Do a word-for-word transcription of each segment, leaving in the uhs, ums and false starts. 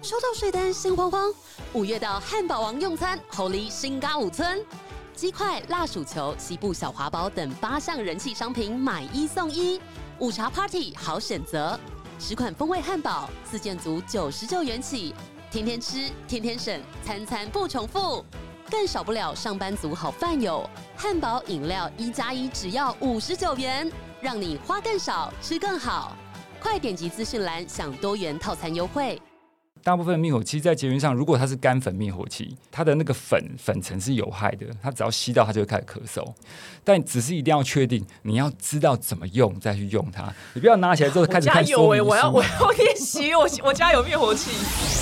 收到税单心慌慌，五月到汉堡王用餐，猴狸新嘎五村，鸡块、辣薯球、西部小华堡等八项人气商品买一送一，午茶 Party 好选择，十款风味汉堡，四件组九十九元起，天天吃，天天省，餐餐不重复。更少不了上班族好饭友，汉堡饮料一加一只要五十九元，让你花更少，吃更好。快点击资讯栏享多元套餐优惠。 大部分的灭火器在捷运上，如果它是干粉灭火器，它的那个粉粉尘是有害的，它只要吸到它就会开始咳嗽。但只是一定要确定，你要知道怎么用再去用它，你不要拿起来之后开始看说明书。 我家有、欸、我要我要练习，我我家有灭火器。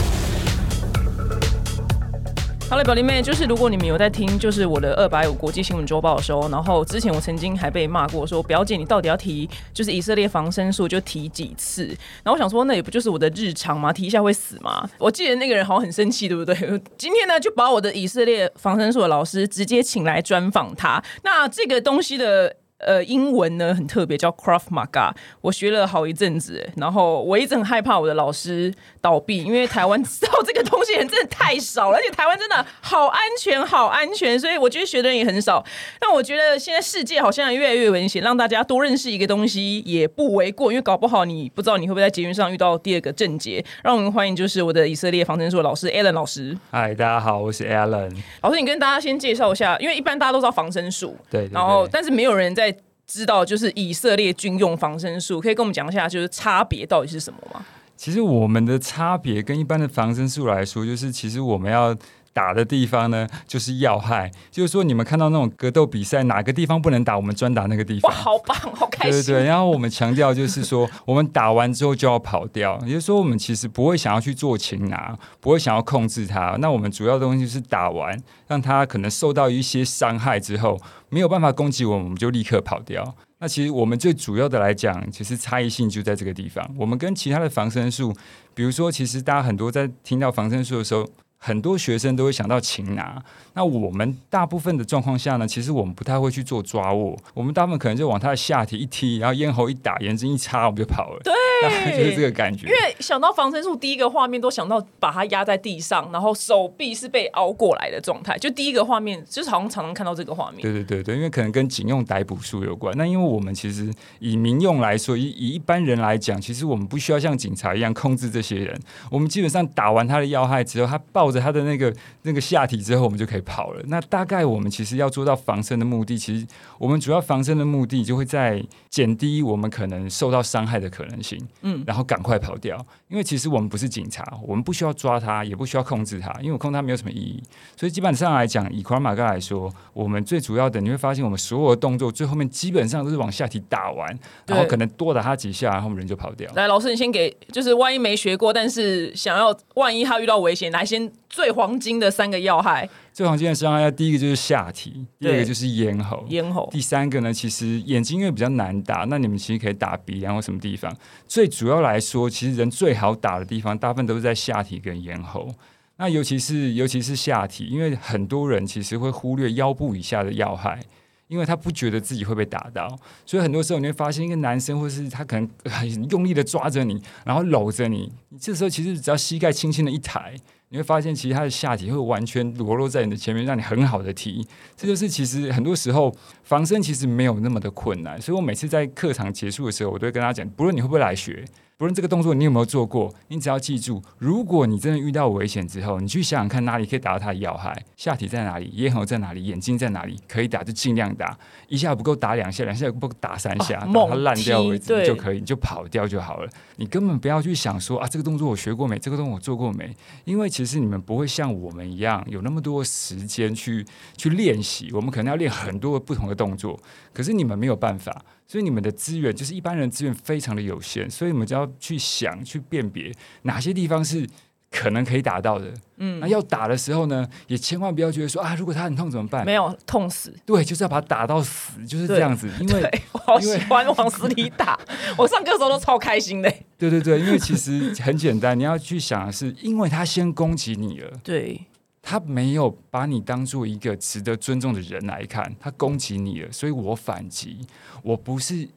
好了，表弟妹，就是如果你们有在听，就是我的二百五国际新闻周报的时候，然后之前我曾经还被骂过说，表姐你到底要提就是以色列防身术就提几次？然后我想说，那也不就是我的日常吗？提一下会死吗？我记得那个人好像很生气，对不对？今天呢，就把我的以色列防身术的老师直接请来专访他。那这个东西的。呃，英文呢很特别，叫 Krav Maga。我学了好一阵子，然后我一直很害怕我的老师倒闭，因为台湾知道这个东西人真的太少了，而且台湾真的好安全，好安全，所以我觉得学的人也很少。但我觉得现在世界好像越来越危险，让大家多认识一个东西也不为过，因为搞不好你不知道你会不会在捷运上遇到第二个症结。让我们欢迎就是我的以色列防身术的老师 Alan 老师。 嗨，大家好，我是 Alan 老师。你跟大家先介绍一下，因为一般大家都知道防身术， 对, 对, 对， 然后但是没有人在知道就是以色列军用防身术，可以跟我们讲一下就是差别到底是什么吗？ 其实我们的差别跟一般的防身术来说，就是其实我们要打的地方呢，就是要害，就是说你们看到那种格斗比赛，哪个地方不能打，我们专打那个地方。 哇，好棒，好开心！ 对对对，然后我们强调就是说，我们打完之后就要跑掉，也就是说，我们其实不会想要去做擒拿，不会想要控制它。那我们主要的东西就是打完，让它可能受到一些伤害之后，没有办法攻击我们，我们就立刻跑掉。那其实我们最主要的来讲，其实差异性就在这个地方。我们跟其他的防身术，比如说，其实大家很多在听到防身术的时候，很多学生都会想到擒拿。那我们大部分的状况下呢，其实我们不太会去做抓握，我们大部分可能就往他的下体一踢，然后咽喉一打，眼睛一插，我们就跑了。 对， 就是这个感觉。 因为想到防身术，第一个画面都想到把他压在地上，然后手臂是被凹过来的状态，就第一个画面就是好像常常看到这个画面。 对对对对，因为可能跟警用逮捕术有关。那因为我们其实以民用来说，以以一般人来讲，其实我们不需要像警察一样控制这些人，我们基本上打完他的要害之后，他抱着他的那个那个下体之后，我们就可以跑了。那大概我们其实要做到防身的目的，其实我们主要防身的目的就会在减低我们可能受到伤害的可能性，嗯，然后赶快跑掉。因为其实我们不是警察，我们不需要抓他，也不需要控制他，因为我控制他没有什么意义。所以基本上来讲，以 Krav Maga 来说，我们最主要的你会发现，我们所有的动作最后面基本上都是往下体打完，然后可能多打他几下，然后我们人就跑掉。 来，老师你先给，就是万一没学过，但是想要万一他遇到危险，来先最黄金的三个要害。 最黄金的伤害，第一个就是下体，第二个就是咽喉， 咽喉。第三个呢，其实眼睛因为比较难打，那你们其实可以打鼻梁或什么地方。最主要来说，其实人最好打的地方，大部分都是在下体跟咽喉。那尤其是尤其是下体，因为很多人其实会忽略腰部以下的要害。因为他不觉得自己会被打到，所以很多时候你会发现一个男生，或是他可能很用力的抓着你，然后搂着你，你这时候其实只要膝盖轻轻的一抬，你会发现其实他的下体会完全裸露在你的前面，让你很好的踢。这就是其实很多时候防身其实没有那么的困难，所以我每次在课堂结束的时候，我都会跟他讲，不论你会不会来学，不论这个动作你有没有做过，你只要记住，如果你真的遇到危险之后，你去想想看哪里可以打到他的要害，下体在哪里，咽喉在哪里，眼睛在哪里，可以打就尽量打，一下不够打两下，两下不够打三下，哦、打它烂掉为止就可以，你就跑掉就好了。你根本不要去想说啊，这个动作我学过没，这个动作我做过没，因为其实你们不会像我们一样有那么多时间去去练习，我们可能要练很多不同的动作，可是你们没有办法。所以你们的资源就是一般人资源非常的有限，所以你们就要去想去辨别哪些地方是可能可以打到的。嗯，那要打的时候呢，也千万不要觉得说啊，如果他很痛怎么办？ 没有痛死， 对，就是要把他打到死，就是这样子。因为我好喜欢往死里打，我上课的时候都超开心的。 对对对，因为其实很简单，你要去想的是，因为他先攻击你了， 对。 他没有把你当做一个值得尊重的人来看，他攻击你了，所以我反击。我不是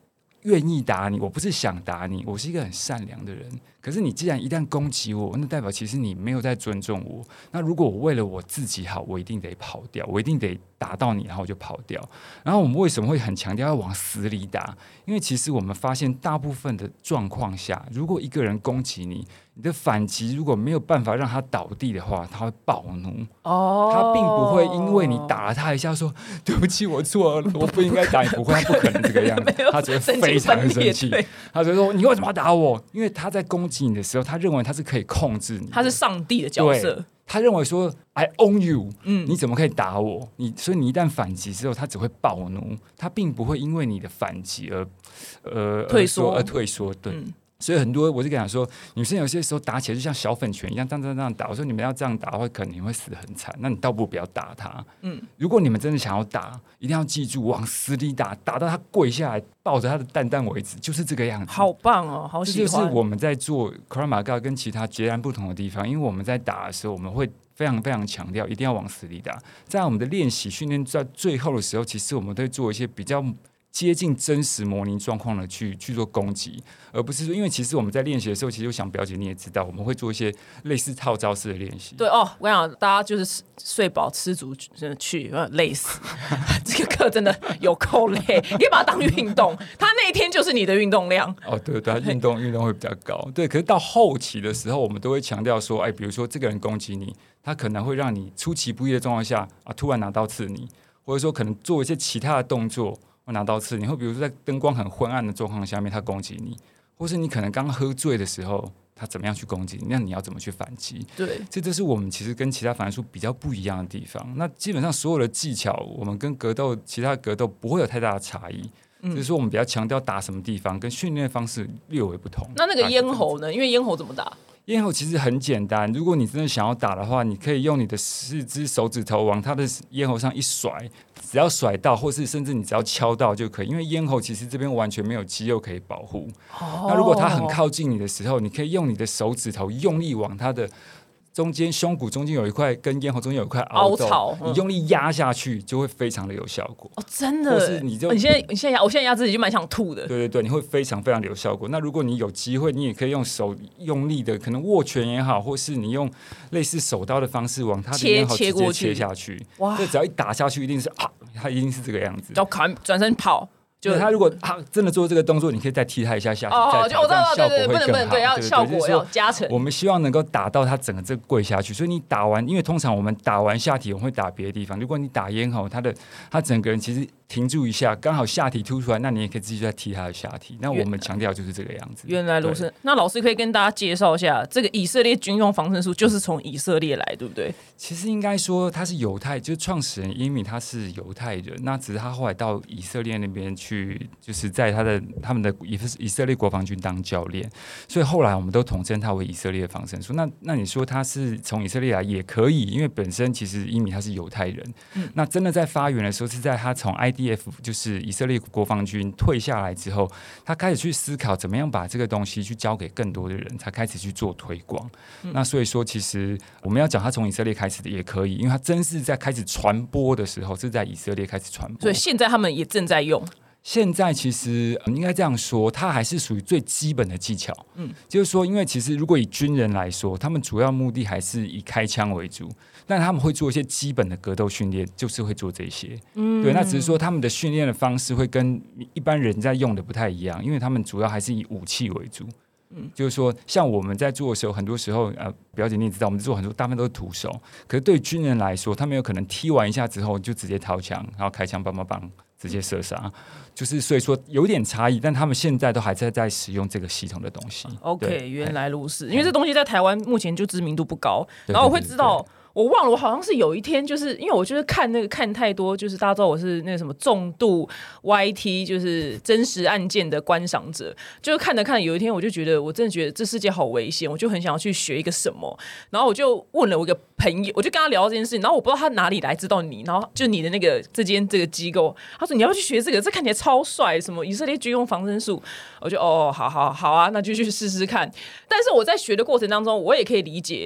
愿意打你，我不是想打你，我是一个很善良的人。可是你既然一旦攻击我，那代表其实你没有在尊重我。那如果我为了我自己好，我一定得跑掉，我一定得打到你，然后我就跑掉。然后我们为什么会很强调要往死里打？因为其实我们发现大部分的状况下，如果一个人攻击你，你的反击如果没有办法让他倒地的话，他会暴怒。哦，他并不会因为你打了他一下说对不起我错了，我不应该打你，不会，他不可能这个样子，他只会非常生气，他只会说你为什么要打我？因为他在攻击你的时候，他认为他是可以控制你的， 他是上帝的角色。 他认为说 I own you，嗯，你怎么可以打我？你所以你一旦反击之后，他只会暴怒，他并不会因为你的反击而呃退缩而退缩。对。嗯，所以很多我就跟他说，女生有些时候打起来就像小粉拳一样，这样这样这样打。我说你们要这样打的话，可能你会死得很惨。那你倒不如不要打他。嗯，如果你们真的想要打，一定要记住往死里打，打到他跪下来，抱着他的蛋蛋为止，就是这个样子。 好棒哦，好喜欢。 这就是我们在做 Krav Maga 跟其他截然不同的地方，因为我们在打的时候，我们会非常非常强调一定要往死里打。在我们的练习训练在最后的时候，其实我们都会做一些比较接近真实模拟状况的去去做攻击，而不是说，因为其实我们在练习的时候，其实我想表姐你也知道，我们会做一些类似套招式的练习。 对哦，我跟你讲，大家就是睡饱吃足真的去，累死。这个课真的有够累，你可以把它当运动，他那一天就是你的运动量。 哦，对对，运动运动会比较高。对，可是到后期的时候，我们都会强调说，哎，比如说这个人攻击你，他可能会让你出其不意的状况下啊，突然拿刀刺你，或者说可能做一些其他的动作。会拿刀刺你，或比如说在灯光很昏暗的状况下面，他攻击你，或是你可能刚喝醉的时候，他怎么样去攻击你？那你要怎么去反击？ 对， 这就是我们其实跟其他反击术比较不一样的地方。那基本上所有的技巧，我们跟格斗其他格斗不会有太大的差异。嗯，就是说我们比较强调打什么地方，跟训练方式略微不同。 那那个咽喉呢？因为咽喉怎么打？ 咽喉其实很简单，如果你真的想要打的话，你可以用你的四只手指头往他的咽喉上一甩，只要甩到，或是甚至你只要敲到就可以，因为咽喉其实这边完全没有肌肉可以保护。哦，那如果他很靠近你的时候，你可以用你的手指头用力往他的中间胸骨中间有一块跟咽喉中间有一块凹槽，你用力压下去就会非常的有效果。 哦，真的？ 或是你就、 哦、你现在你现在压，我现在压自己就蛮想吐的。 对对对，你会非常非常的有效果。那如果你有机会，你也可以用手用力的，可能握拳也好，或是你用类似手刀的方式往他的咽喉直接切下去。哇！这只要一打下去，一定是啊，他一定是这个样子。 要砍转身跑。 就他如果他真的做这个动作，你可以再踢他一下下， 哦， 再就我知道，对对，不能不能，对，要效果、 就是、 要加成。 我们希望能够打到他整个这个跪下去，所以你打完，因为通常我们打完下体，我们会打别的地方。如果你打咽喉，他的他整个人其实停住一下，刚好下体凸出来，那你也可以继续再踢他的下体。那我们强调就是这个样子。 原来如此。那老师可以跟大家介绍一下，这个以色列军用防身术就是从以色列来，对不对？ 其实应该说他是犹太，就是创始人伊米他是犹太人，那只是他后来到以色列那边去，就是在他的他们的以色列国防军当教练，所以后来我们都统称他为以色列防身术。那那你说他是从以色列来也可以，因为本身其实伊米他是犹太人。嗯，那真的在发源的时候是在他从 I D F 就是以色列国防军退下来之后，他开始去思考怎么样把这个东西去交给更多的人，才开始去做推广。嗯，那所以说其实我们要讲他从以色列开始的也可以，因为他真是在开始传播的时候是在以色列开始传播， 所以现在他们也正在用。 现在其实、嗯、应该这样说，它还是属于最基本的技巧。嗯，就是说，因为其实如果以军人来说，他们主要目的还是以开枪为主，但他们会做一些基本的格斗训练，就是会做这些。嗯，对，那只是说他们的训练的方式会跟一般人在用的不太一样，因为他们主要还是以武器为主。嗯，就是说，像我们在做的时候，很多时候，呃，表姐你也知道，我们做很多大部分都是徒手。可是对于军人来说，他们有可能踢完一下之后就直接掏枪，然后开枪，梆梆梆，直接射杀。就是所以说有点差异，但他们现在都还在在使用这个系统的东西。 OK， 原来如此，因为这东西在台湾目前就知名度不高，然后我会知道。对对对对，我忘了，我好像是有一天，就是因为我就是看那个看太多，就是大家知道我是那个什么重度 Y T， 就是真实案件的观赏者，就是看着看着，有一天我就觉得，我真的觉得这世界好危险，我就很想要去学一个什么，然后我就问了我一个朋友，我就跟他聊到这件事情，然后我不知道他哪里来知道你，然后就你的那个这间这个机构，他说你要不要去学这个，这看起来超帅，什么以色列军用防身术，我就哦，好好好啊，那就去试试看。但是我在学的过程当中，我也可以理解。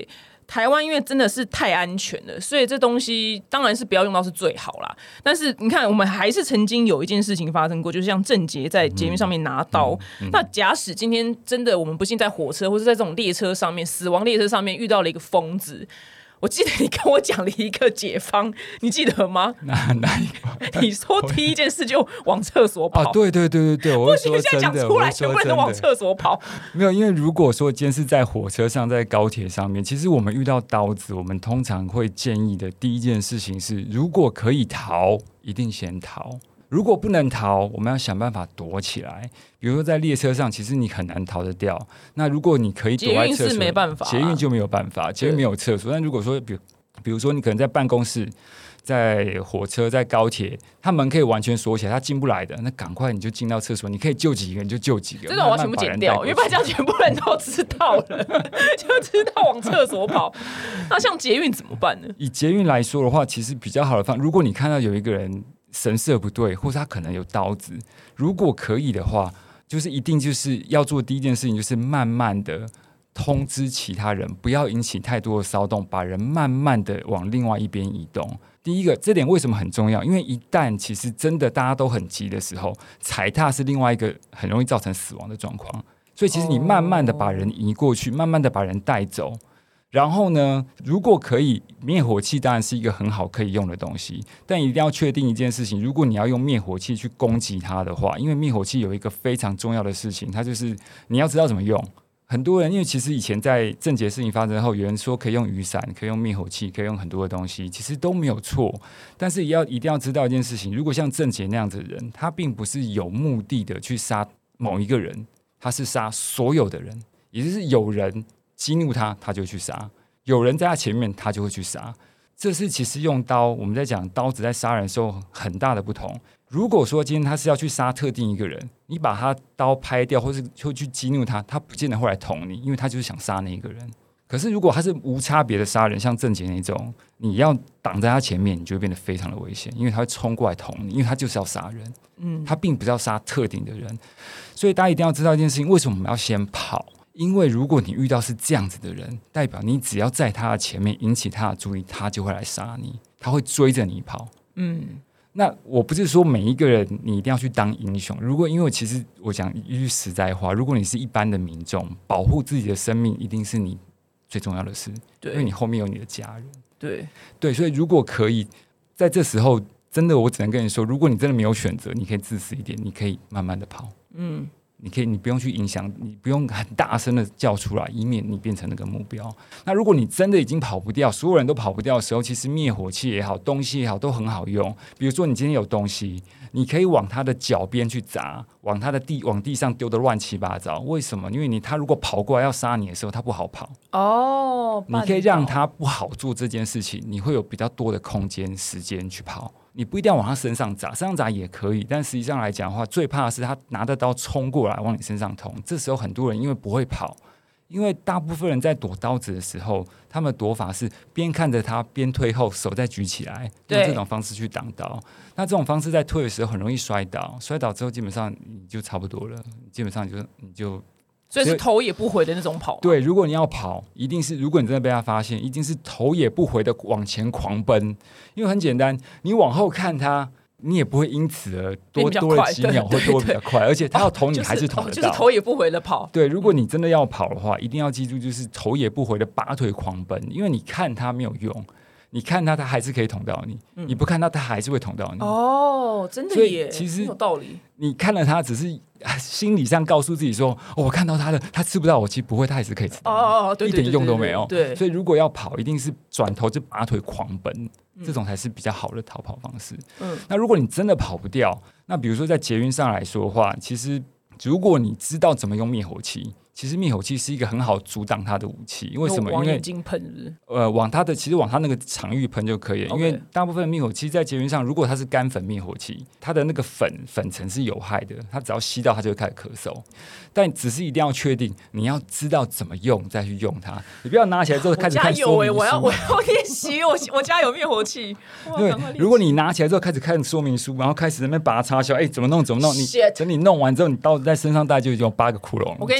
台湾因为真的是太安全了，所以这东西当然是不要用到是最好啦。但是你看，我们还是曾经有一件事情发生过，就是像郑捷在捷运上面拿刀。嗯嗯嗯、那假使今天真的我们不幸在火车或是在这种列车上面，死亡列车上面遇到了一个疯子。我记得你跟我讲了一个解方，你记得吗？ 哪哪一个？ 你说第一件事就往厕所跑。 哦，对对对对对，我说真的， 现在讲出来，全部人都往厕所跑。 没有，因为如果说今天是在火车上、在高铁上面，其实我们遇到刀子，我们通常会建议的第一件事情是，如果可以逃，一定先逃。如果不能逃，我们要想办法躲起来。比如说在列车上，其实你很难逃得掉。那如果你可以躲在厕所， 捷运是没办法、啊， 捷运就没有办法，捷运没有厕所。但如果说，比如比如说你可能在办公室、在火车、在高铁，它门可以完全锁起来，它进不来的，那赶快你就进到厕所，你可以救几个人就救几个。 这种我要全部剪掉，因为不然这样全部人都知道了，就知道往厕所跑。那像捷运怎么办呢？ 以捷运来说的话，其实比较好的方法，如果你看到有一个人神色不对，或是他可能有刀子，如果可以的话，就是一定就是要做第一件事情，就是慢慢的通知其他人，不要引起太多的骚动，把人慢慢的往另外一边移动。第一个，这点为什么很重要？因为一旦其实真的大家都很急的时候，踩踏是另外一个很容易造成死亡的状况。所以其实你慢慢的把人移过去，慢慢的把人带走。然后呢，如果可以，灭火器当然是一个很好可以用的东西，但一定要确定一件事情，如果你要用灭火器去攻击它的话，因为灭火器有一个非常重要的事情，它就是你要知道怎么用。很多人因为其实以前在郑捷事情发生后，有人说可以用雨伞，可以用灭火器，可以用很多的东西，其实都没有错。但是也要一定要知道一件事情，如果像郑捷那样子的人，他并不是有目的的去杀某一个人，他是杀所有的人，也就是有人激怒他，他就去杀；有人在他前面，他就会去杀。这是其实用刀，我们在讲刀子在杀人的时候很大的不同。如果说今天他是要去杀特定一个人，你把他刀拍掉，或是会去激怒他，他不见得会来捅你，因为他就是想杀那一个人。可是如果他是无差别的杀人，像郑捷那种，你要挡在他前面，你就会变得非常的危险，因为他会冲过来捅你，因为他就是要杀人，嗯，他并不是要杀特定的人。所以大家一定要知道一件事情，为什么我们要先跑？因为如果你遇到是这样子的人，代表你只要在他的前面引起他的注意，他就会来杀你，他会追着你跑。嗯，那我不是说每一个人你一定要去当英雄。如果因为其实我讲一句实在话，如果你是一般的民众，保护自己的生命一定是你最重要的事，因为你后面有你的家人。 对对，所以如果可以在这时候，真的我只能跟你说，如果你真的没有选择，你可以自私一点，你可以慢慢的跑。嗯。你可以，你不用去影响，你不用很大声的叫出来，以免你变成那个目标。那如果你真的已经跑不掉，所有人都跑不掉的时候，其实灭火器也好，东西也好，都很好用。比如说，你今天有东西，你可以往他的脚边去砸，往他的地往地上丢的乱七八糟。为什么？因为你他如果跑过来要杀你的时候，他不好跑。哦，你可以让他不好做这件事情，你会有比较多的空间、时间去跑。你不一定要往他身上砸，身上砸也可以，但实际上来讲的话，最怕的是他拿着刀冲过来往你身上捅。这时候很多人因为不会跑，因为大部分人在躲刀子的时候，他们的躲法是边看着他边退后，手再举起来，用这种方式去挡刀。那这种方式在退的时候很容易摔倒，摔倒之后基本上你就差不多了，基本上你就你就。 所以是头也不回的那种跑。 对，如果你要跑，一定是如果你真的被他发现，一定是头也不回的往前狂奔。因为很简单，你往后看他，你也不会因此而多多了几秒，或多比较快。而且他要捅你还是捅得到、哦就是哦， 就是头也不回的跑。 对，如果你真的要跑的话，一定要记住，就是头也不回的拔腿狂奔，因为你看他没有用。你看他，他还是可以捅到你；嗯、你不看他，他还是会捅到你。 哦，真的耶，其实有道理。 你看了他，只是心理上告诉自己说：“哦，我看到他了，他吃不到我，其实不会，他也是可以吃到。”哦哦，对，一点用都没有。 对， 所以如果要跑，一定是转头就拔腿狂奔，嗯、这种才是比较好的逃跑方式。嗯，那如果你真的跑不掉，那比如说在捷运上来说的话，其实如果你知道怎么用灭火器。其实灭火器是一个很好阻挡它的武器，为什么？ 往眼睛喷是不是？ 呃，往它的其实往它那个场域喷就可以了。Okay. 因为大部分的灭火器在捷运上，如果它是干粉灭火器，它的那个粉粉层是有害的，它只要吸到它就会开始咳嗽。但只是一定要确定，你要知道怎么用再去用它，你不要拿起来之后开始看说明书。 我家有、欸、我要我要练习，我我家有灭火器。 对，如果你拿起来之后开始看说明书，然后开始在那边拔插销，哎，怎么弄怎么弄，你等你弄完之后，你刀在身上大概就已经有八个窟窿。 我跟你讲，下下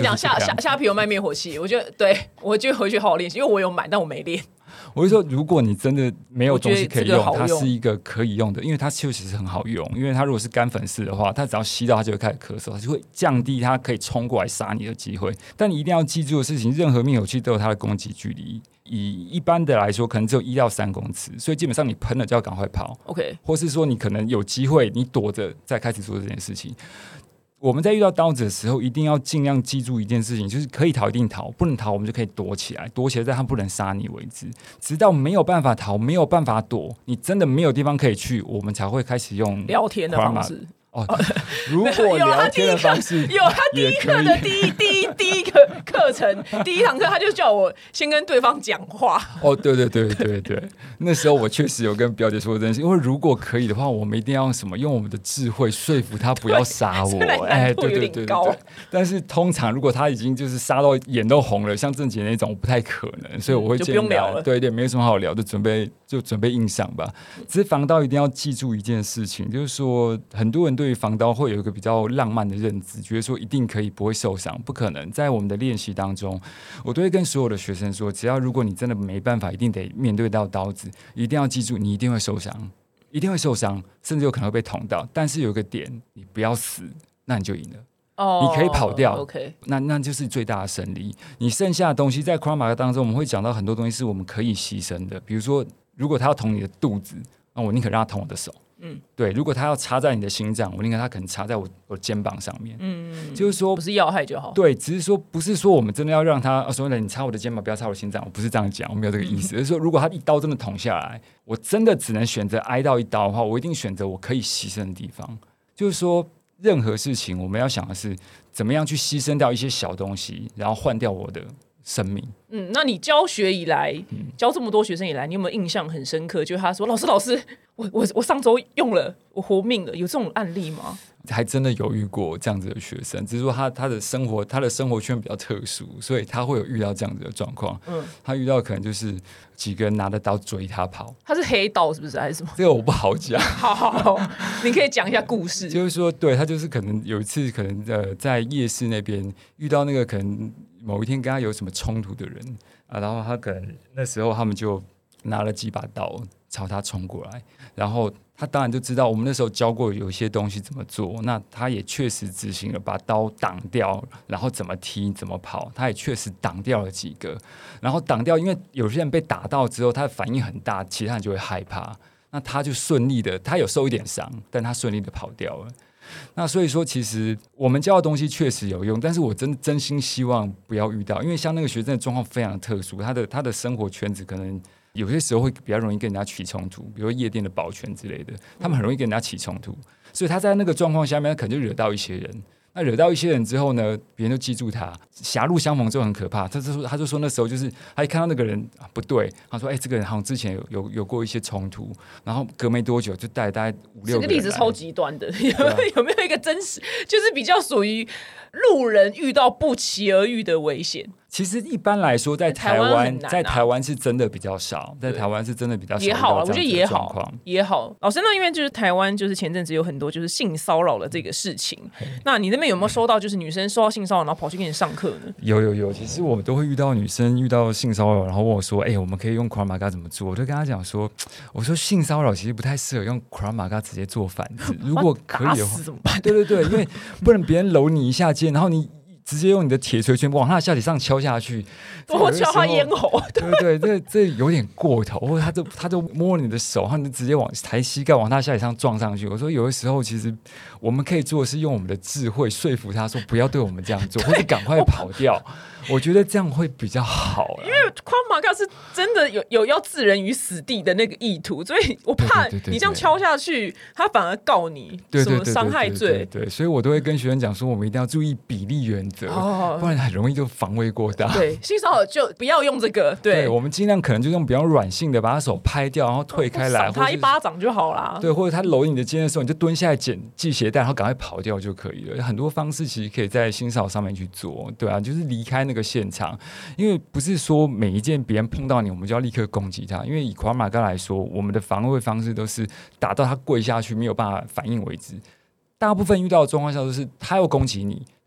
虾虾皮有卖灭火器，我觉得对我就回去好好练习，因为我有买，但我没练。 我就说，如果你真的没有东西可以用， 用它是一个可以用的，因为它确实是很好用。因为它如果是干粉式的话，它只要吸到，它就会开始咳嗽，它就会降低它可以冲过来杀你的机会。但你一定要记住的事情，任何灭火器都有它的攻击距离。以一般的来说，可能只有一到三公尺，所以基本上你喷了就要赶快跑。 OK， 或是说你可能有机会，你躲着再开始做这件事情。我们在遇到刀子的时候，一定要尽量记住一件事情，就是可以逃一定逃，不能逃我们就可以躲起来，躲起来在他不能杀你为止，直到没有办法逃，没有办法躲，你真的没有地方可以去，我们才会开始用聊天的方式。 哦，如果聊天的方式有他第一课的第一第一第一个课程，第一堂课他就叫我先跟对方讲话。 哦，对对对对对，那时候我确实有跟表姐说这件事，因为如果可以的话，我们一定要用什么？用我们的智慧说服他不要杀我。哎，对对对对对。但是通常如果他已经就是杀到眼都红了，像郑杰那种不太可能，所以我会建议就不用聊了。 对对，没什么好聊，就准备就准备硬上吧。只是防刀一定要记住一件事情，就是说很多人对于防刀会有一个比较浪漫的认知，觉得说一定可以不会受伤，不可能。在我们的练习当中，我都会跟所有的学生说，只要如果你真的没办法，一定得面对到刀子，一定要记住，你一定会受伤，一定会受伤，甚至有可能会被捅到。但是有一个点，你不要死，那你就赢了。Oh, 你可以跑掉， okay. 那那就是最大的胜利。你剩下的东西在 Krav Maga 当中，我们会讲到很多东西是我们可以牺牲的，比如说，如果他要捅你的肚子，那我宁可让他捅我的手。嗯，对，如果他要插在你的心脏，我宁可他可能插在我我肩膀上面。嗯，就是说不是要害就好。 对，只是说不是说我们真的要让他说，你插我的肩膀，不要插我的心脏，我不是这样讲，我没有这个意思。而是说，如果他一刀真的捅下来，我真的只能选择挨到一刀的话，我一定选择我可以牺牲的地方。就是说，任何事情我们要想的是，怎么样去牺牲掉一些小东西，然后换掉我的生命。 嗯，那你教学以来，嗯、教这么多学生以来，你有没有印象很深刻？就是他说：“老师，老师，我我我上周用了，我活命了。”有这种案例吗？ 还真的有遇过这样子的学生，只是说他他的生活他的生活圈比较特殊，所以他会有遇到这样子的状况。嗯，他遇到可能就是几个人拿着刀追他跑。 他是黑道是不是还是什么？ 这个我不好讲。 好好好，你可以讲一下故事。 就是说，对他就是可能有一次可能呃在夜市那边遇到那个可能某一天跟他有什么冲突的人啊，然后他可能那时候他们就拿了几把刀朝他冲过来，然后他当然就知道我们那时候教过有一些东西怎么做，那他也确实执行了，把刀挡掉，然后怎么踢怎么跑，他也确实挡掉了几个，然后挡掉，因为有些人被打到之后他的反应很大，其他人就会害怕，那他就顺利的，他有受一点伤，但他顺利的跑掉了。那所以说，其实我们教的东西确实有用，但是我真真心希望不要遇到，因为像那个学生的状况非常特殊，他的他的生活圈子可能有些时候会比较容易跟人家起冲突，比如说夜店的保全之类的，他们很容易跟人家起冲突，所以他在那个状况下面，他可能就惹到一些人。那惹到一些人之后呢，别人就记住他，狭路相逢就很可怕。他就说，他就说那时候就是他一看到那个人、啊、不对，他说：“哎、欸，这个人好像之前有有有过一些冲突。”然后隔没多久就带大概五六个人来。这个例子超极端的，有没有、啊、有没有一个真实，就是比较属于路人遇到不期而遇的危险？ 其实一般来说，在台湾，啊、在台湾是真的比较少，在台湾是真的比较少。 也好了，我觉得也好，也好。老师，那因为就是台湾，就是前阵子有很多就是性骚扰的这个事情，那你那边有没有收到就是女生受到性骚扰，然后跑去给你上课呢？ 有有有，其实我们都会遇到女生遇到性骚扰，然后问我说：“哎、欸，我们可以用 Krav Maga 怎么做？”我就跟她讲说：“我说性骚扰其实不太适合用 Krav Maga 直接做反制，如果可以的话， 怎么办？ 对对对，因为不能别人搂你一下肩，然后你。”直接用你的铁锤拳往他的下体上敲下去， 多敲他咽喉， 对对对，这这有点过头，或者他就他就摸你的手，然后你就直接往抬膝盖往他下体上撞上去。我说有的时候其实我们可以做的是用我们的智慧说服他说不要对我们这样做，或者赶快跑掉。我觉得这样会比较好， 因为 Krav Maga 是真的有有要置人于死地的那个意图，所以我怕你这样敲下去，他反而告你什么伤害罪。 对对对对，所以我都会跟学生讲说，我们一定要注意比例原则，哦、不然很容易就防卫过大。 对，性骚扰就不要用这个。对， 对我们尽量可能就用比较软性的，把他手拍掉，然后退开来， 赏他一巴掌就好啦。 对，或者他搂你的肩的时候，你就蹲下来捡系鞋带，然后赶快跑掉就可以了。很多方式其实可以在性骚扰上面去做，对啊，就是离开那个现场。因为不是说每一件别人碰到你，我们就要立刻攻击他。因为以Krav Maga来说，我们的防卫方式都是打到他跪下去没有办法反应为止。大部分遇到的状况下都是他要攻击你，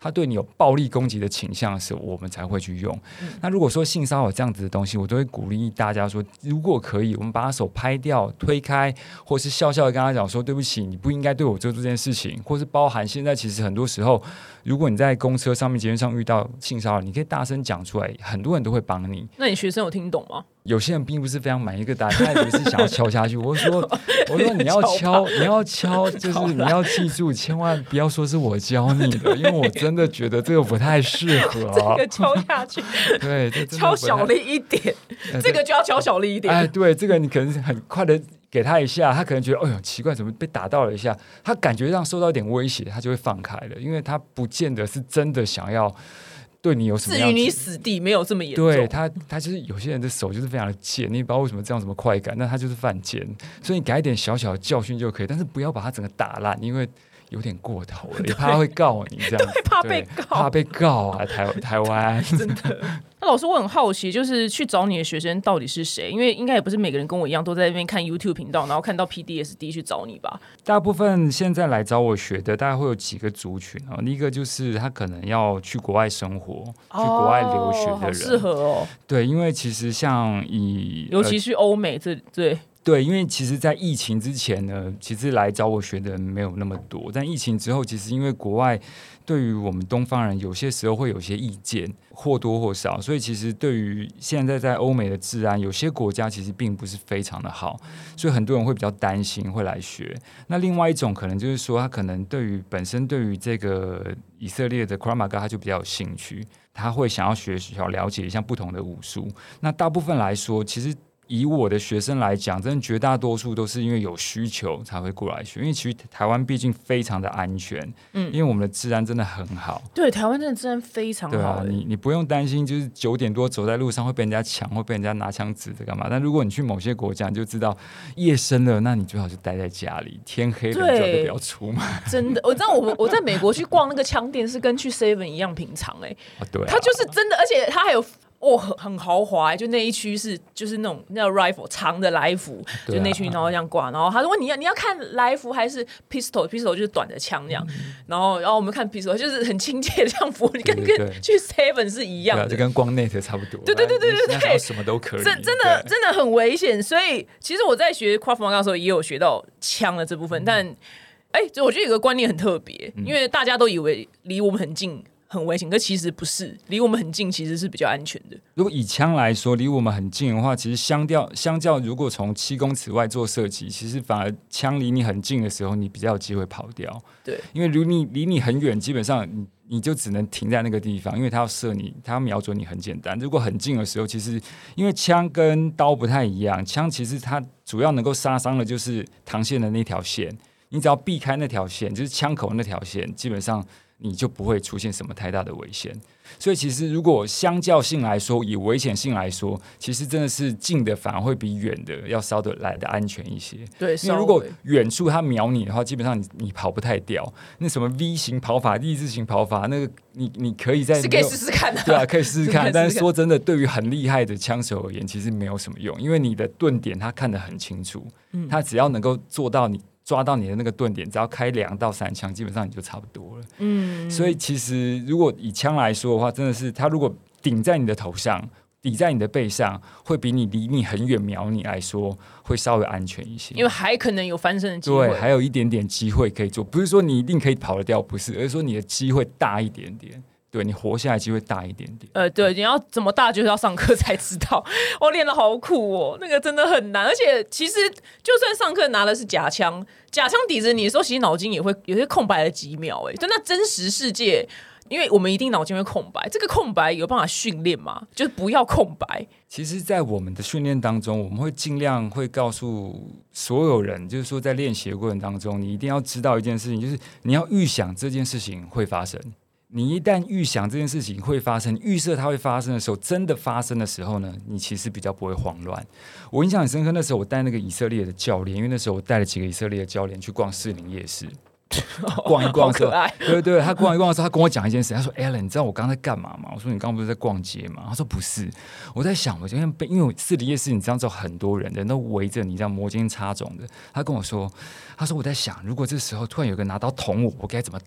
他对你有暴力攻击的倾向的时候，我们才会去用。嗯、那如果说性骚扰这样子的东西，我都会鼓励大家说，如果可以，我们把他手拍掉、推开，或是笑笑的跟他讲说，对不起，你不应该对我做这件事情，或是包含现在其实很多时候，如果你在公车上面、捷运上遇到性骚扰，你可以大声讲出来，很多人都会帮你。 那你学生有听懂吗？ 有些人并不是非常满意一个答案，他以为是想要敲下去。我说，我说你要敲，你要敲，就是你要记住，千万不要说是我教你的，因为我真的觉得这个不太适合、啊。 这个敲下去， 对，这敲小力一点，这个就要敲小力一点。 哎，对，这个你可能很快的给他一下，他可能觉得，哎呦，奇怪，怎么被打到了一下？他感觉上受到一点威胁，他就会放开了，因为他不见得是真的想要。对你有什么样？ 至于你死地没有这么严重。 对他，他就是有些人的手就是非常的贱，你也不知道为什么这样什么快感，但他就是犯贱，所以你给他一点小小的教训就可以，但是不要把他整个打烂，因为有点过头了，也怕他会告你这样子， 怕被告， 怕被告啊！台台湾真的。那老师，我很好奇，就是去找你的学生到底是谁？因为应该也不是每个人跟我一样都在那边看 YouTube 频道，然后看到 P D S D 去找你吧？ 大部分现在来找我学的，大概会有几个族群哦。第一个就是他可能要去国外生活、哦、去国外留学的人， 适合哦。 对，因为其实像以尤其是欧美这对。 对，因为其实在疫情之前呢，其实来找我学的人没有那么多，但疫情之后，其实因为国外对于我们东方人有些时候会有些意见，或多或少，所以其实对于现在在欧美的治安，有些国家其实并不是非常的好，所以很多人会比较担心会来学。那另外一种可能就是说，他可能对于本身对于这个以色列的 Krav Maga 他就比较有兴趣，他会想要学想要了解一下不同的武术。那大部分来说，其实以我的学生来讲，真的绝大多数都是因为有需求才会过来学，因为其实台湾毕竟非常的安全，嗯，因为我们的治安真的很好。 对，台湾真的治安非常好。 对啊，你你不用担心，就是九点多走在路上会被人家抢，会被人家拿枪指着干嘛？但如果你去某些国家，你就知道夜深了，那你最好就待在家里，天黑了最好就不要出门。 真的，我知道我我在美国去逛那个枪店，是跟去 Seven 一样平常哎、欸啊，对啊， 它就是真的，而且它还有。哦，很很豪华、欸，就那一区是就是那种那 rifle 长的来福，就那区然后这样挂，然后他说你要你要看来福还是 pistol pistol 就是短的枪这样，嗯、然后然后我们看 pistol 就是很亲切的这样服务，你跟跟去 Seven 是一样的， 就跟光 net 差不多。 对对对对对对， 什么都可以， 真真的真的很危险。所以其实我在学 Krav Maga 的时候也有学到枪的这部分，嗯、但哎、欸，我觉得有个观念很特别，嗯、因为大家都以为离我们很近。很危险，可其实不是，离我们很近其实是比较安全的。 如果以枪来说，离我们很近的话，其实相较相较，如果从七公尺外做射击，其实反而枪离你很近的时候，你比较有机会跑掉。 对， 因为如你离你很远，基本上你你就只能停在那个地方，因为他要射你，他要瞄准你很简单。如果很近的时候，其实因为枪跟刀不太一样，枪其实它主要能够杀伤的就是膛线的那条线，你只要避开那条线，就是枪口那条线，基本上你就不会出现什么太大的危险。所以其实如果相较性来说，以危险性来说，其实真的是近的反而会比远的要稍的来的安全一些。 对， 因为如果远处他瞄你的话，基本上 你, 你跑不太掉。那什么 V 型跑法、立字型跑法，那个你你可以在是可以试试看的， 对啊，可以试试看。但是说真的，对于很厉害的枪手而言，其实没有什么用，因为你的顿点他看得很清楚，嗯、他只要能够做到你。抓到你的那个顿点，只要开两到三枪，基本上你就差不多了。嗯，所以其实如果以枪来说的话，真的是他如果顶在你的头上，抵在你的背上，会比你离你很远瞄你来说会稍微安全一些， 因为还可能有翻身的机会， 对，还有一点点机会可以做，不是说你一定可以跑得掉，不是，而是说你的机会大一点点。对，你活下来机会大一点点。 呃，对，你要怎么大就是要上课才知道。我练得好苦哦，那个真的很难。而且其实就算上课拿的是假枪，假枪抵着你的时候，其实脑筋也会有些空白了几秒。哎，但那真实世界，因为我们一定脑筋会空白，这个空白有办法训练吗？就是不要空白。 其实，在我们的训练当中，我们会尽量会告诉所有人，就是说在练习的过程当中，你一定要知道一件事情，就是你要预想这件事情会发生。你一旦预想这件事情会发生，预设它会发生的时候，真的发生的时候呢，你其实比较不会慌乱。我印象很深刻，那时候我带那个以色列的教练，因为那时候我带了几个以色列的教练去逛士林夜市，逛一逛的时候，对对，他逛一逛的时候，他跟我讲一件事，他说 ：“Alan， 你知道我刚才在干嘛吗？”我说：“你刚刚不是在逛街吗？”他说：“不是，我在想，我今天因为士林夜市，你知道，有很多人，人都围着你，这样摩肩擦踵的。”他跟我说：“他说我在想，如果这时候突然有个拿刀捅我，我该怎么挡？”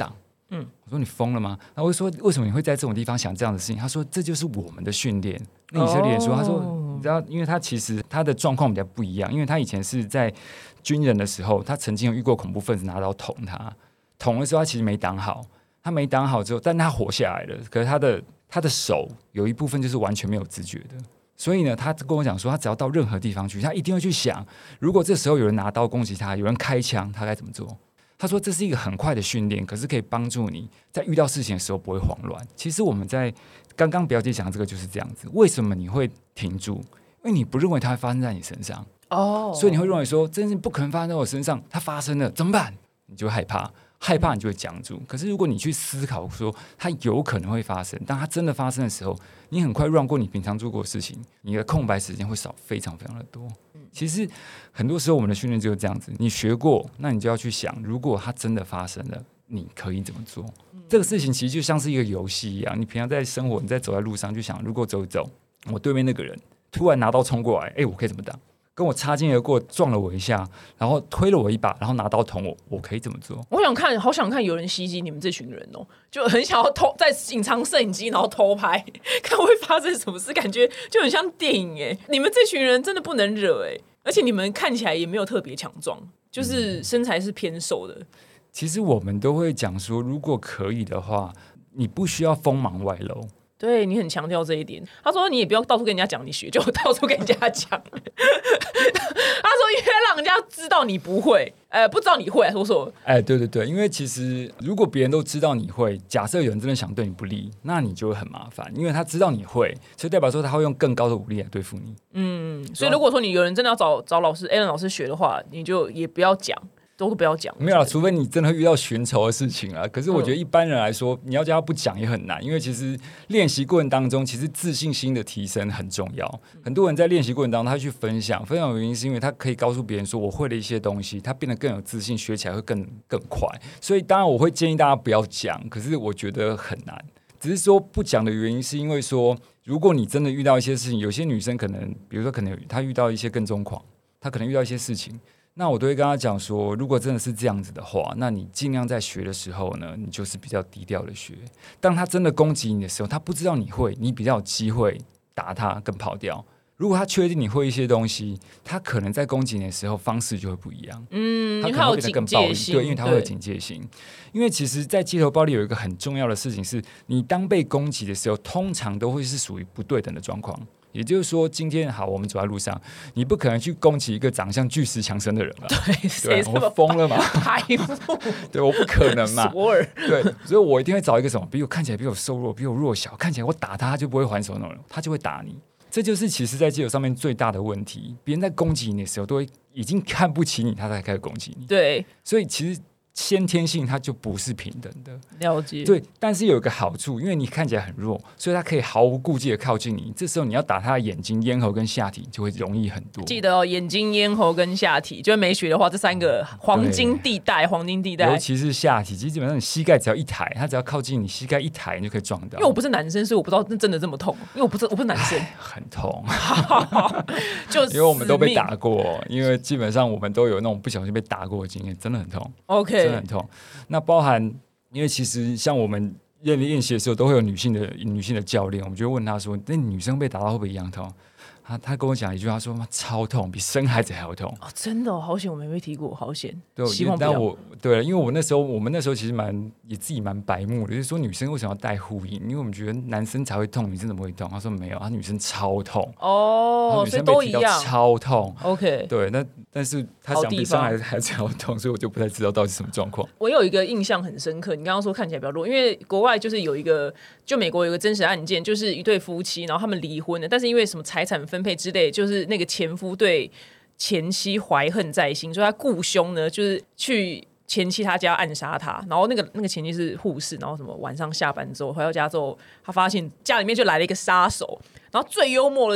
嗯，我说你疯了吗？然后我说为什么你会在这种地方想这样的事情？他说这就是我们的训练。那以色列人说，他说你知道，因为他其实他的状况比较不一样，因为他以前是在军人的时候，他曾经有遇过恐怖分子拿刀捅他，捅的时候他其实没挡好，他没挡好之后，但他活下来了。可是他的他的手有一部分就是完全没有知觉的。所以呢，他跟我讲说，他只要到任何地方去，他一定会去想，如果这时候有人拿刀攻击他，有人开枪，他该怎么做？他说这是一个很快的训练，可是可以帮助你在遇到事情的时候不会慌乱。其实我们在刚刚表姐讲这个就是这样子。为什么你会停住？因为你不认为它会发生在你身上哦， oh. 所以你会认为说这件事情不可能发生在我身上，它发生了怎么办？你就会害怕，害怕你就会僵住。可是如果你去思考说它有可能会发生，当它真的发生的时候，你很快让过你平常做过的事情，你的空白时间会少非常非常的多。其实很多时候我们的训练就是这样子，你学过，那你就要去想，如果它真的发生了，你可以怎么做？嗯、这个事情其实就像是一个游戏一样，你平常在生活，你在走在路上，就想，如果走一走，我对面那个人突然拿刀冲过来，哎，我可以怎么挡？跟我擦肩而过，撞了我一下，然后推了我一把，然后拿刀捅我，我可以怎么做？ 我想看，好想看有人袭击你们这群人哦，就很想要偷在隐藏摄影机，然后偷拍，看会发生什么事，感觉就很像电影哎。你们这群人真的不能惹哎，而且你们看起来也没有特别强壮，就是身材是偏瘦的。嗯、 其实我们都会讲说，如果可以的话，你不需要锋芒外露。 对，你很强调这一点。他说你也不要到处跟人家讲你学，就到处跟人家讲。他说因为让人家知道你不会，呃，不知道你会，说说。 哎，对对对，因为其实如果别人都知道你会，假设有人真的想对你不利，那你就会很麻烦，因为他知道你会，所以代表说他会用更高的武力来对付你。 嗯，所以如果说你有人真的要找找老师 Alan 老师学的话，你就也不要讲。都不要讲， 没有啦，除非你真的会遇到寻仇的事情啦。可是我觉得一般人来说，嗯、你要叫他不讲也很难，因为其实练习过程当中，其实自信心的提升很重要。嗯、很多人在练习过程当中，他去分享，分享的原因是因为他可以告诉别人说我会了一些东西，他变得更有自信，学起来会更更快。所以当然我会建议大家不要讲，可是我觉得很难。只是说不讲的原因是因为说，如果你真的遇到一些事情，有些女生可能，比如说可能她遇到一些跟踪狂，她可能遇到一些事情。那我都会跟他讲说，如果真的是这样子的话，那你尽量在学的时候呢，你就是比较低调的学。当他真的攻击你的时候，他不知道你会，你比较有机会打他跟跑掉。如果他确定你会一些东西，他可能在攻击你的时候方式就会不一样。嗯，他可能会变得更暴力，对，因为他会有警戒心。因为其实，在街头暴力有一个很重要的事情是，你当被攻击的时候，通常都会是属于不对等的状况。也就是说，今天好，我们走在路上，你不可能去攻击一个长相巨石强森的人吧？ 对，谁这么我疯了嘛？对，我不可能嘛。对，所以我一定会找一个什么，比我看起来比我瘦弱、比我弱小，看起来我打他他就不会还手那种人，他就会打你。这就是其实在街头上面最大的问题，别人在攻击你的时候，都会已经看不起你，他才开始攻击你。 对， 所以其实先天性它就不是平等的。 了解。 对，但是有一个好处，因为你看起来很弱，所以他可以毫无顾忌的靠近你。这时候你要打他的眼睛、咽喉跟下体就会容易很多。 记得哦，眼睛、咽喉跟下体，就是没学的话，这三个黄金地带，黄金地带。 尤其是下体，基本上你膝盖只要一抬，他只要靠近你膝盖一抬，你就可以撞到。 因为我不是男生，所以我不知道那真的这么痛。因为我不是我不是男生， 很痛。 就因为我们都被打过，因为基本上我们都有那种不小心被打过的经验，真的很痛。 OK， 真的很痛。那包含，因为其实像我们练练习的时候，都会有女性的女性的教练，我们就会问他说：“那女生被打到会不会一样痛？”他他跟我讲一句话说：“超痛，比生孩子还要痛。” 哦，真的、哦，好险我没被提过，好险。 对， 希望不要。 但我对，因为我那时候我们那时候其实蛮也自己蛮白目的，就是说女生为什么要戴护引？因为我们觉得男生才会痛，女生怎么会痛？他说没有，他女生超痛哦，女生都一样， 超痛。 OK， 对，那但是他想比生孩子还是要痛，所以我就不太知道到底是什么状况。 我有一个印象很深刻，你刚刚说看起来比较弱，因为国外就是有一个，就美国有一个真实案件，就是一对夫妻，然后他们离婚了，但是因为什么财产分配之类，就是那个前夫对前妻怀恨在心，所以他雇凶呢，就是去前妻他家暗杀他，然后那个那个前妻是护士，然后什么晚上下班之后回到家之后，他发现家里面就来了一个杀手，然后最幽默的是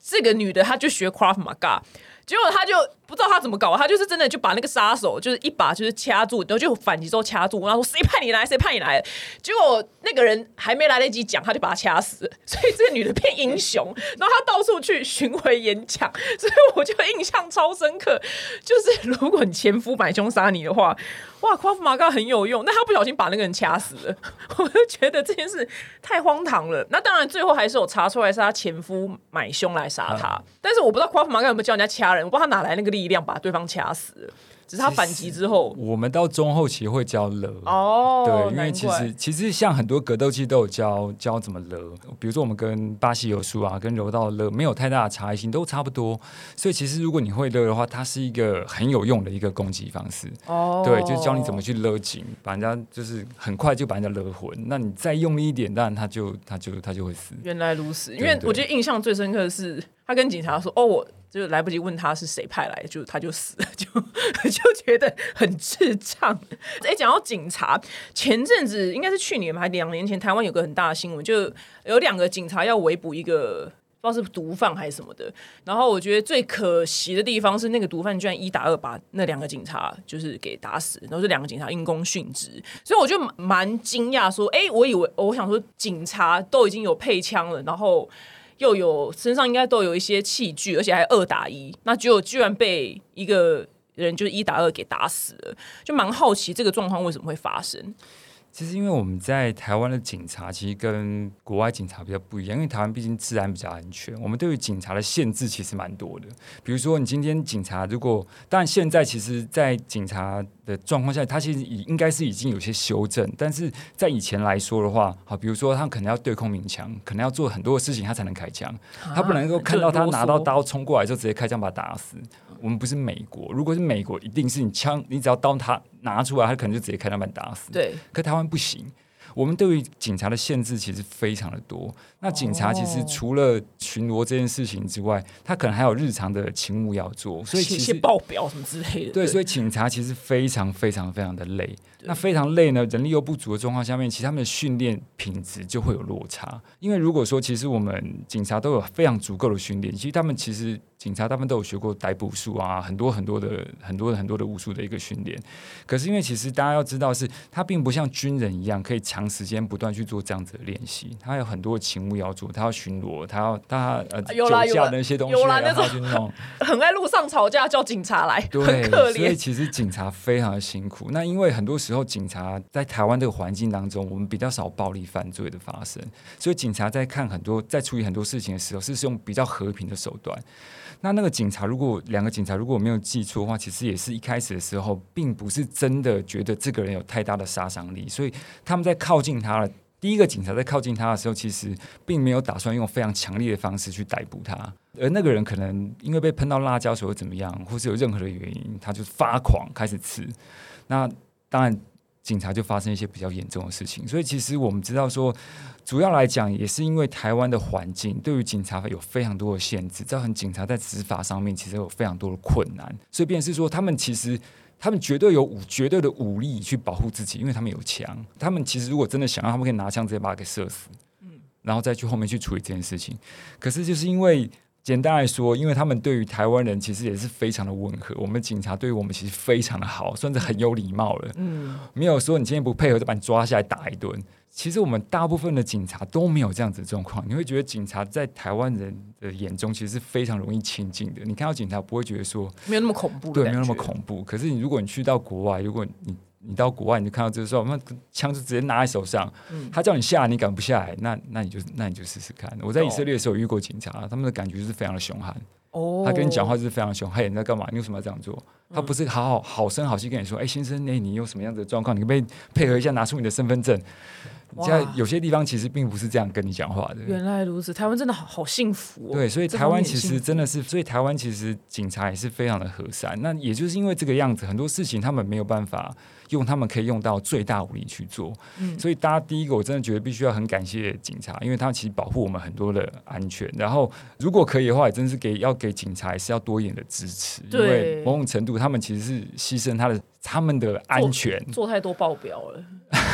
这个女的她就学 Krav Maga， 结果她就不知道她怎么搞，她就是真的就把那个杀手就是一把就是掐住，然后就反击之后掐住，然后说谁派你来谁派你来，结果那个人还没来得及讲，他就把他掐死了，所以这个女的变英雄，然后她到处去巡回演讲，所以我就印象超深刻，就是如果你前夫买凶杀你的话，哇 Krav Maga 很有用，但他不小心把那个人掐死了，我就觉得这件事太荒唐了。那当然最后还是有查出来是他前夫买凶来杀他，啊、但是我不知道 Krav Maga 有没有教人家掐人，我不知道他哪来那个力量把对方掐死了。只是他反击之后， 我们到中后期会教勒哦， 对，因为其实其实像很多格斗技都有教教怎么勒，比如说我们跟巴西柔术啊、跟柔道勒没有太大的差异性，都差不多。所以其实如果你会勒的话，它是一个很有用的一个攻击方式。哦，对，就是教你怎么去勒紧，把人家就是很快就把人家勒昏。那你再用力一点，当然他就他就他就会死。 原来如此，因为我觉得印象最深刻的是，他跟警察说：“哦，我。”就来不及问他是谁派来的，就他就死了，就就觉得很智障。哎，讲到警察，前阵子应该是去年还两年前，台湾有个很大的新闻，就有两个警察要围捕一个不知道是毒贩还是什么的。然后我觉得最可惜的地方是，那个毒贩居然一打二把那两个警察就是给打死，然后这两个警察因公殉职。所以我就蛮惊讶，说，哎，我以为我想说警察都已经有配枪了，然后。又有身上应该都有一些器具，而且还二打一，那结果居然被一个人就是一打二给打死了，就蛮好奇这个状况为什么会发生。 其实因为我们在台湾的警察其实跟国外警察比较不一样，因为台湾毕竟治安比较安全，我们对于警察的限制其实蛮多的。比如说你今天警察如果，当然现在其实在警察的状况下，他其实应该是已经有些修正，但是在以前来说的话，好，比如说他可能要对空鸣枪，可能要做很多的事情他才能开枪，啊、他不能够看到他拿到刀冲过来就直接开枪把他打死。我们不是美国，如果是美国，一定是你枪，你只要刀他拿出来，他可能就直接开枪把你打死。 对， 可台湾不行。我们对于警察的限制其实非常的多。那警察其实除了巡逻这件事情之外，他可能还有日常的勤务要做，所以其实写报表什么之类的。 对，所以警察其实非常非常非常的累。那非常累呢，人力又不足的状况下面，其实他们的训练品质就会有落差。因为如果说其实我们警察都有非常足够的训练，其实他们其实警察他们都有学过逮捕术啊，很多很多的很多很多的武术的一个训练。可是因为其实大家要知道是，他并不像军人一样可以长时间不断去做这样子的练习，他有很多勤务要做，他要巡逻，他要他呃酒驾的那些东西，然后去弄， 很爱路上吵架叫警察来， 对， 很可怜。 所以其实警察非常的辛苦。那因为很多时候警察在台湾这个环境当中，我们比较少暴力犯罪的发生，所以警察在看很多在处理很多事情的时候，是用比较和平的手段。那那个警察，如果两个警察如果我没有记错的话，其实也是一开始的时候，并不是真的觉得这个人有太大的杀伤力，所以他们在靠近他了。第一个警察在靠近他的时候，其实并没有打算用非常强烈的方式去逮捕他，而那个人可能因为被喷到辣椒水或怎么样，或是有任何的原因，他就发狂开始刺。那当然，警察就发生一些比较严重的事情。所以其实我们知道说，主要来讲也是因为台湾的环境对于警察有非常多的限制，造成警察在执法上面其实有非常多的困难。所以便是说，他们其实。他们绝对有武绝对的武力去保护自己，因为他们有枪。他们其实如果真的想要，他们可以拿枪直接把他给射死，然后再去后面去处理这件事情。可是就是因为简单来说，因为他们对于台湾人其实也是非常的温和，我们警察对于我们其实非常的好，算是很有礼貌了。嗯，没有说你今天不配合就把你抓下来打一顿。其实我们大部分的警察都没有这样子的状况，你会觉得警察在台湾人的眼中其实是非常容易亲近的。你看到警察不会觉得说没有那么恐怖， 对，没有那么恐怖。可是你如果你去到国外，如果你你到国外，你就看到这个时候，那枪就直接拿在手上，嗯、他叫你下来，你敢不下来？那那你就那你就试试看。我在以色列的时候有遇过警察，他们的感觉就是非常的凶悍。哦，他跟你讲话就是非常凶，嘿，你在干嘛？你为什么要这样做？他不是好好好声好气跟你说，哎、欸，先生，哎、欸，你有什么样子的状况？你可不可以配合一下，拿出你的身份证？现在有些地方其实并不是这样跟你讲话的。 原来如此，台湾真的好好幸福哦。 对，所以台湾其实真的是，所以台湾其实警察也是非常的和善。那也就是因为这个样子，很多事情他们没有办法用他们可以用到最大武力去做。嗯，所以大家第一个，我真的觉得必须要很感谢警察，因为他们其实保护我们很多的安全。然后如果可以的话，也真是给要给警察也是要多一点的支持，因为某种程度他们其实是牺牲他的他们的安全， 做, 做太多报表了。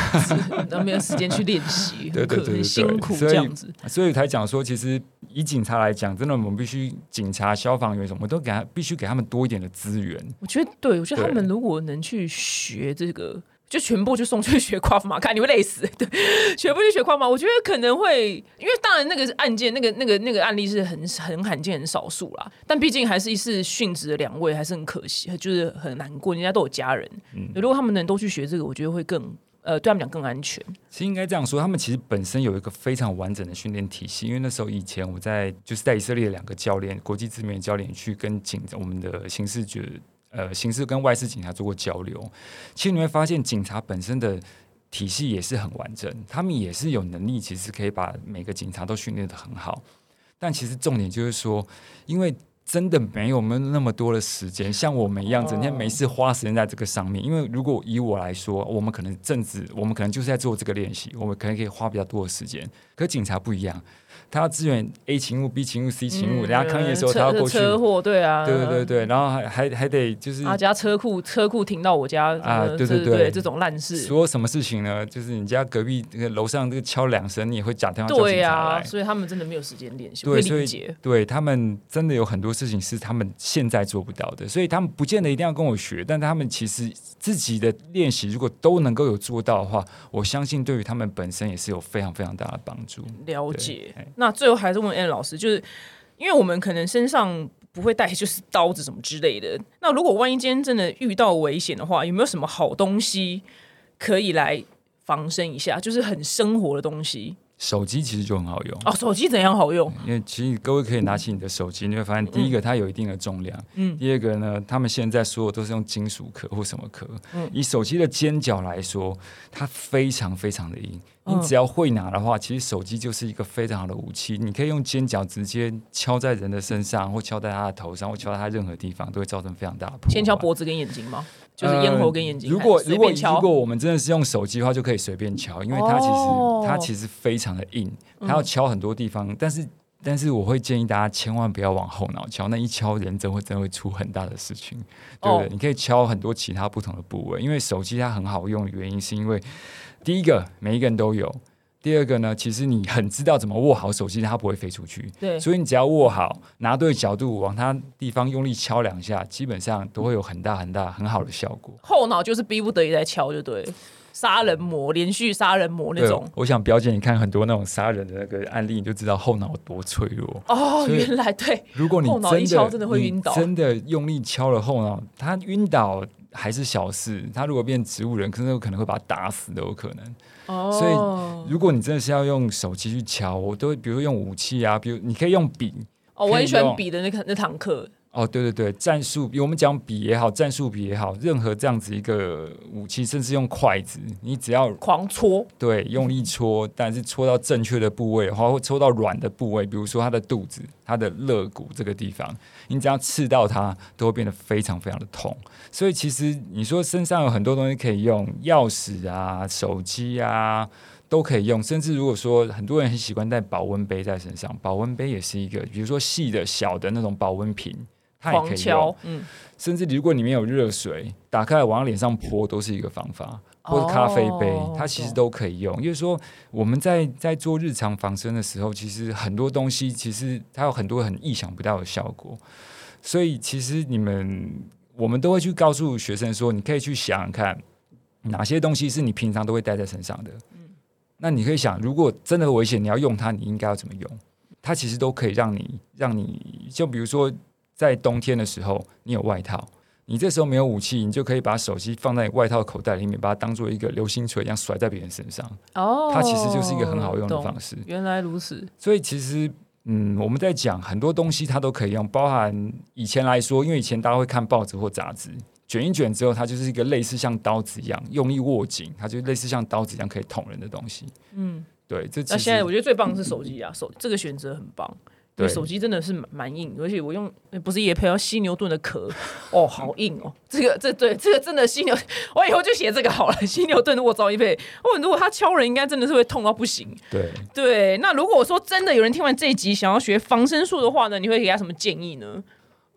那没有时间去练习， 对对对对对， 很辛苦这样子。 所以才讲说，其实以警察来讲，真的我们必须警察、消防员什么，我们都给他必须给他们多一点的资源。 我觉得，对我觉得他们如果能去学这个。就全部就送去学夸夫马，看你会累死。对，全部去学夸夫马，我觉得可能会，因为当然那个案件，那个那个那个案例是很很罕见、很少数啦。但毕竟还是是殉职的两位，还是很可惜，就是很难过。人家都有家人，嗯、如果他们能都去学这个，我觉得会更呃，对他们讲更安全。 其实应该这样说，他们其实本身有一个非常完整的训练体系。因为那时候以前我在就是在以色列的两个教练，国际知名的教练去跟警我们的刑事局。呃，刑事跟外事警察做过交流，其实你会发现警察本身的体系也是很完整，他们也是有能力，其实可以把每个警察都训练得很好。但其实重点就是说，因为真的没有那么多的时间，像我们一样整天没事花时间在这个上面。因为如果以我来说，我们可能正职，我们可能就是在做这个练习，我们可能可以花比较多的时间。可是警察不一样。他要支援 A 勤务、B 勤务、C 勤务，人家抗议的时候他要过去。 车祸，对啊， 对对对，然后还还还得就是他家车库车库停到我家啊，对对对, 对, 对，这种烂事。 说什么事情呢？就是你家隔壁这个楼上这个敲两声，你也会打电话叫警察来。对啊， 所以他们真的没有时间练习， 对， 所以对他们真的有很多事情是他们现在做不到的，所以他们不见得一定要跟我学，但他们其实自己的练习如果都能够有做到的话，我相信对于他们本身也是有非常非常大的帮助。 了解。那最后还是问Allen老师，就是因为我们可能身上不会带就是刀子什么之类的，那如果万一今天真的遇到危险的话，有没有什么好东西可以来防身一下，就是很生活的东西？ 手机其实就很好用哦，手机怎样好用？ 因为其实各位可以拿起你的手机，你会发现，第一个它有一定的重量，嗯，第二个呢，他们现在所有都是用金属壳或什么壳，嗯，以手机的尖角来说，它非常非常的硬。你只要会拿的话，其实手机就是一个非常好的武器。你可以用尖角直接敲在人的身上，或敲在他的头上，或敲在他任何地方，都会造成非常大的破坏。 先敲脖子跟眼睛吗？就是咽喉跟眼睛。 呃、如果如果如果我们真的是用手机的话，就可以随便敲，因为它其实、哦、它其实非常的硬，它要敲很多地方。嗯、但是但是我会建议大家千万不要往后脑敲，那一敲人真会真的会出很大的事情，对不对？哦、你可以敲很多其他不同的部位，因为手机它很好用的原因是因为第一个每一个人都有。第二个呢，其实你很知道怎么握好手机，它不会飞出去。对，所以你只要握好，拿对角度，往它地方用力敲两下，基本上都会有很大很大很好的效果。 后脑就是逼不得已在敲，就对了。杀人魔，连续杀人魔那种。 我想表姐，你看很多那种杀人的那个案例，你就知道后脑多脆弱。 哦，原来对。 如果你后脑一敲真的会晕倒， 真的用力敲了后脑，他晕倒还是小事，他如果变植物人，可能有可能会把他打死都有可能。哦，所以如果你真的是要用手机去敲，我都会比如说用武器啊，比如你可以用笔。 哦，我很喜欢笔的那个那堂课。 哦，对对对，战术我们讲笔也好，战术笔也好，任何这样子一个武器，甚至用筷子，你只要狂戳， 对，用力戳，但是戳到正确的部位的话，会戳到软的部位，比如说他的肚子、他的肋骨这个地方，你只要刺到它，都会变得非常非常的痛。所以其实你说身上有很多东西可以用，钥匙啊、手机啊。都可以用，甚至如果说很多人很喜欢带保温杯在身上，保温杯也是一个，比如说细的小的那种保温瓶，它也可以用。嗯，甚至如果里面有热水，打开来往脸上泼都是一个方法，或者咖啡杯，哦、它其实都可以用。也就是说，我们在在做日常防身的时候，其实很多东西其实它有很多很意想不到的效果。所以其实你们我们都会去告诉学生说，你可以去想想看，哪些东西是你平常都会带在身上的。那你可以想，如果真的危险，你要用它，你应该要怎么用？它其实都可以让你，让你就比如说在冬天的时候，你有外套，你这时候没有武器，你就可以把手机放在外套口袋里面，把它当做一个流星锤一样甩在别人身上。哦，它其实就是一个很好用的方式。 原来如此。 所以其实，嗯，我们在讲很多东西，它都可以用，包含以前来说，因为以前大家会看报纸或杂志。卷一卷之后，它就是一个类似像刀子一样用力握紧，它就类似像刀子一样可以捅人的东西。嗯，对。这那现在我觉得最棒的是手机啊，手这个选择很棒。对，手机真的是蛮业，而且我用不是业配，要犀牛盾的壳，哦，好硬哦。这个这对这个真的犀牛，我以后就写这个好了。犀牛盾如果找业配，哦，如果他敲人，应该真的是会痛到不行。 对对。那如果说真的有人听完这一集想要学防身术的话呢，你会给他什么建议呢？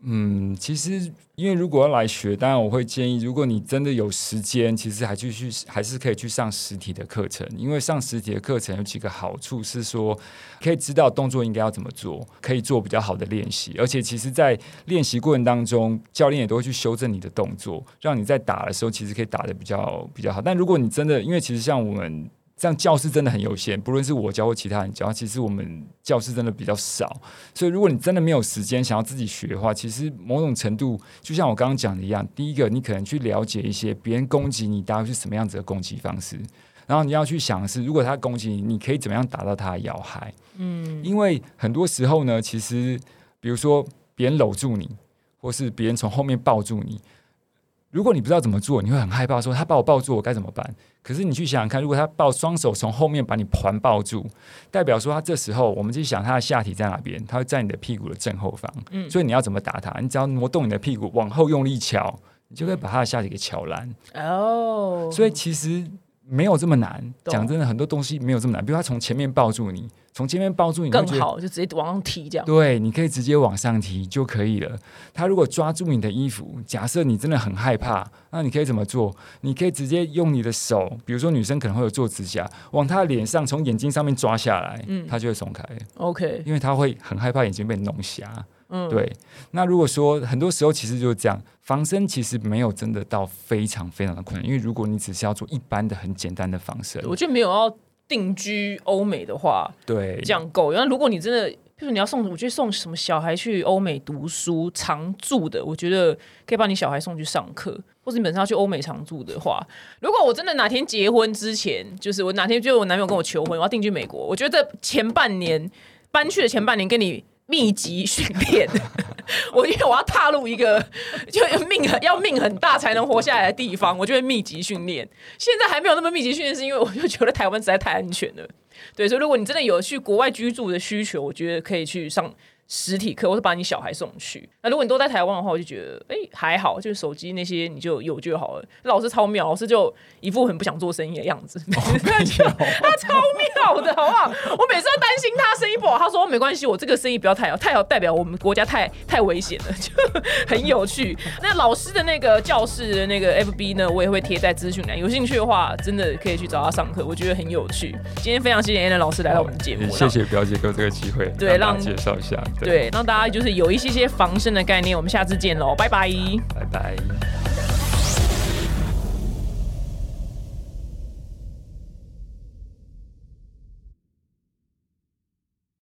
嗯，其实因为如果要来学，当然我会建议，如果你真的有时间，其实还继续还是可以去上实体的课程。因为上实体的课程有几个好处是说，可以知道动作应该要怎么做，可以做比较好的练习。而且其实在练习过程当中，教练也都会去修正你的动作，让你在打的时候其实可以打得比较比较好。但如果你真的，因为其实像我们这样教室真的很有限，不论是我教或其他人教，其实我们教室真的比较少，所以如果你真的没有时间想要自己学的话，其实某种程度就像我刚刚讲的一样，第一个你可能去了解一些别人攻击你大概是什么样子的攻击方式，然后你要去想的是，如果他攻击你，你可以怎么样打到他的要害。嗯，因为很多时候呢，其实比如说别人搂住你，或是别人从后面抱住你，如果你不知道怎么做，你会很害怕说他把我抱住我该怎么办。可是你去想想看，如果他抱双手从后面把你环抱住，代表说他这时候我们去想他的下体在哪边，他会在你的屁股的正后方、嗯、所以你要怎么打他，你只要挪动你的屁股往后用力敲，你就可以把他的下体给敲烂、哦、所以其实没有这么难，讲真的很多东西没有这么难，比如他从前面抱住你，从前面抱住你更好，就直接往上提这样。 对，你可以直接往上提就可以了。他如果抓住你的衣服，假设你真的很害怕，那你可以怎么做？你可以直接用你的手，比如说女生可能会有做指甲，往她的脸上从眼睛上面抓下来，嗯，她就会松开。 OK， 因为她会很害怕眼睛被弄瞎。嗯，对。那如果说很多时候其实就是这样，防身其实没有真的到非常非常的困难，因为如果你只是要做一般的很简单的防身， 我觉得没有要定居欧美的话， 对， 这样够。然后如果你真的，比如你要送，我觉得送什么小孩去欧美读书常住的，我觉得可以把你小孩送去上课，或者你本身要去欧美常住的话，如果我真的哪天结婚之前，就是我哪天就我男朋友跟我求婚，我要定居美国，我觉得前半年搬去的前半年跟你密集训练，我因为我要踏入一个就命要命很大才能活下来的地方，我就会密集训练。现在还没有那么密集训练，是因为我就觉得台湾实在太安全了。对，所以如果你真的有去国外居住的需求，我觉得可以去上实体课，或是把你小孩送去。那如果你都在台湾的话，我就觉得哎、欸、还好，就是手机那些你就有就好了。老师超妙，老师就一副很不想做生意的样子，哦、他超妙的，好不好？我每次都担心他生意不好，他说没关系，我这个生意不要太好，太好代表我们国家太太危险了，就很有趣。那老师的那个教室的那个 F B 呢，我也会贴在资讯栏，有兴趣的话，真的可以去找他上课，我觉得很有趣。今天非常谢谢 Alan 老师来到我们的节目， 谢谢表姐给我这个机会，对，让介绍一下。 对，让大家就是有一些些防身的概念。我们下次见喽，拜拜， 拜拜。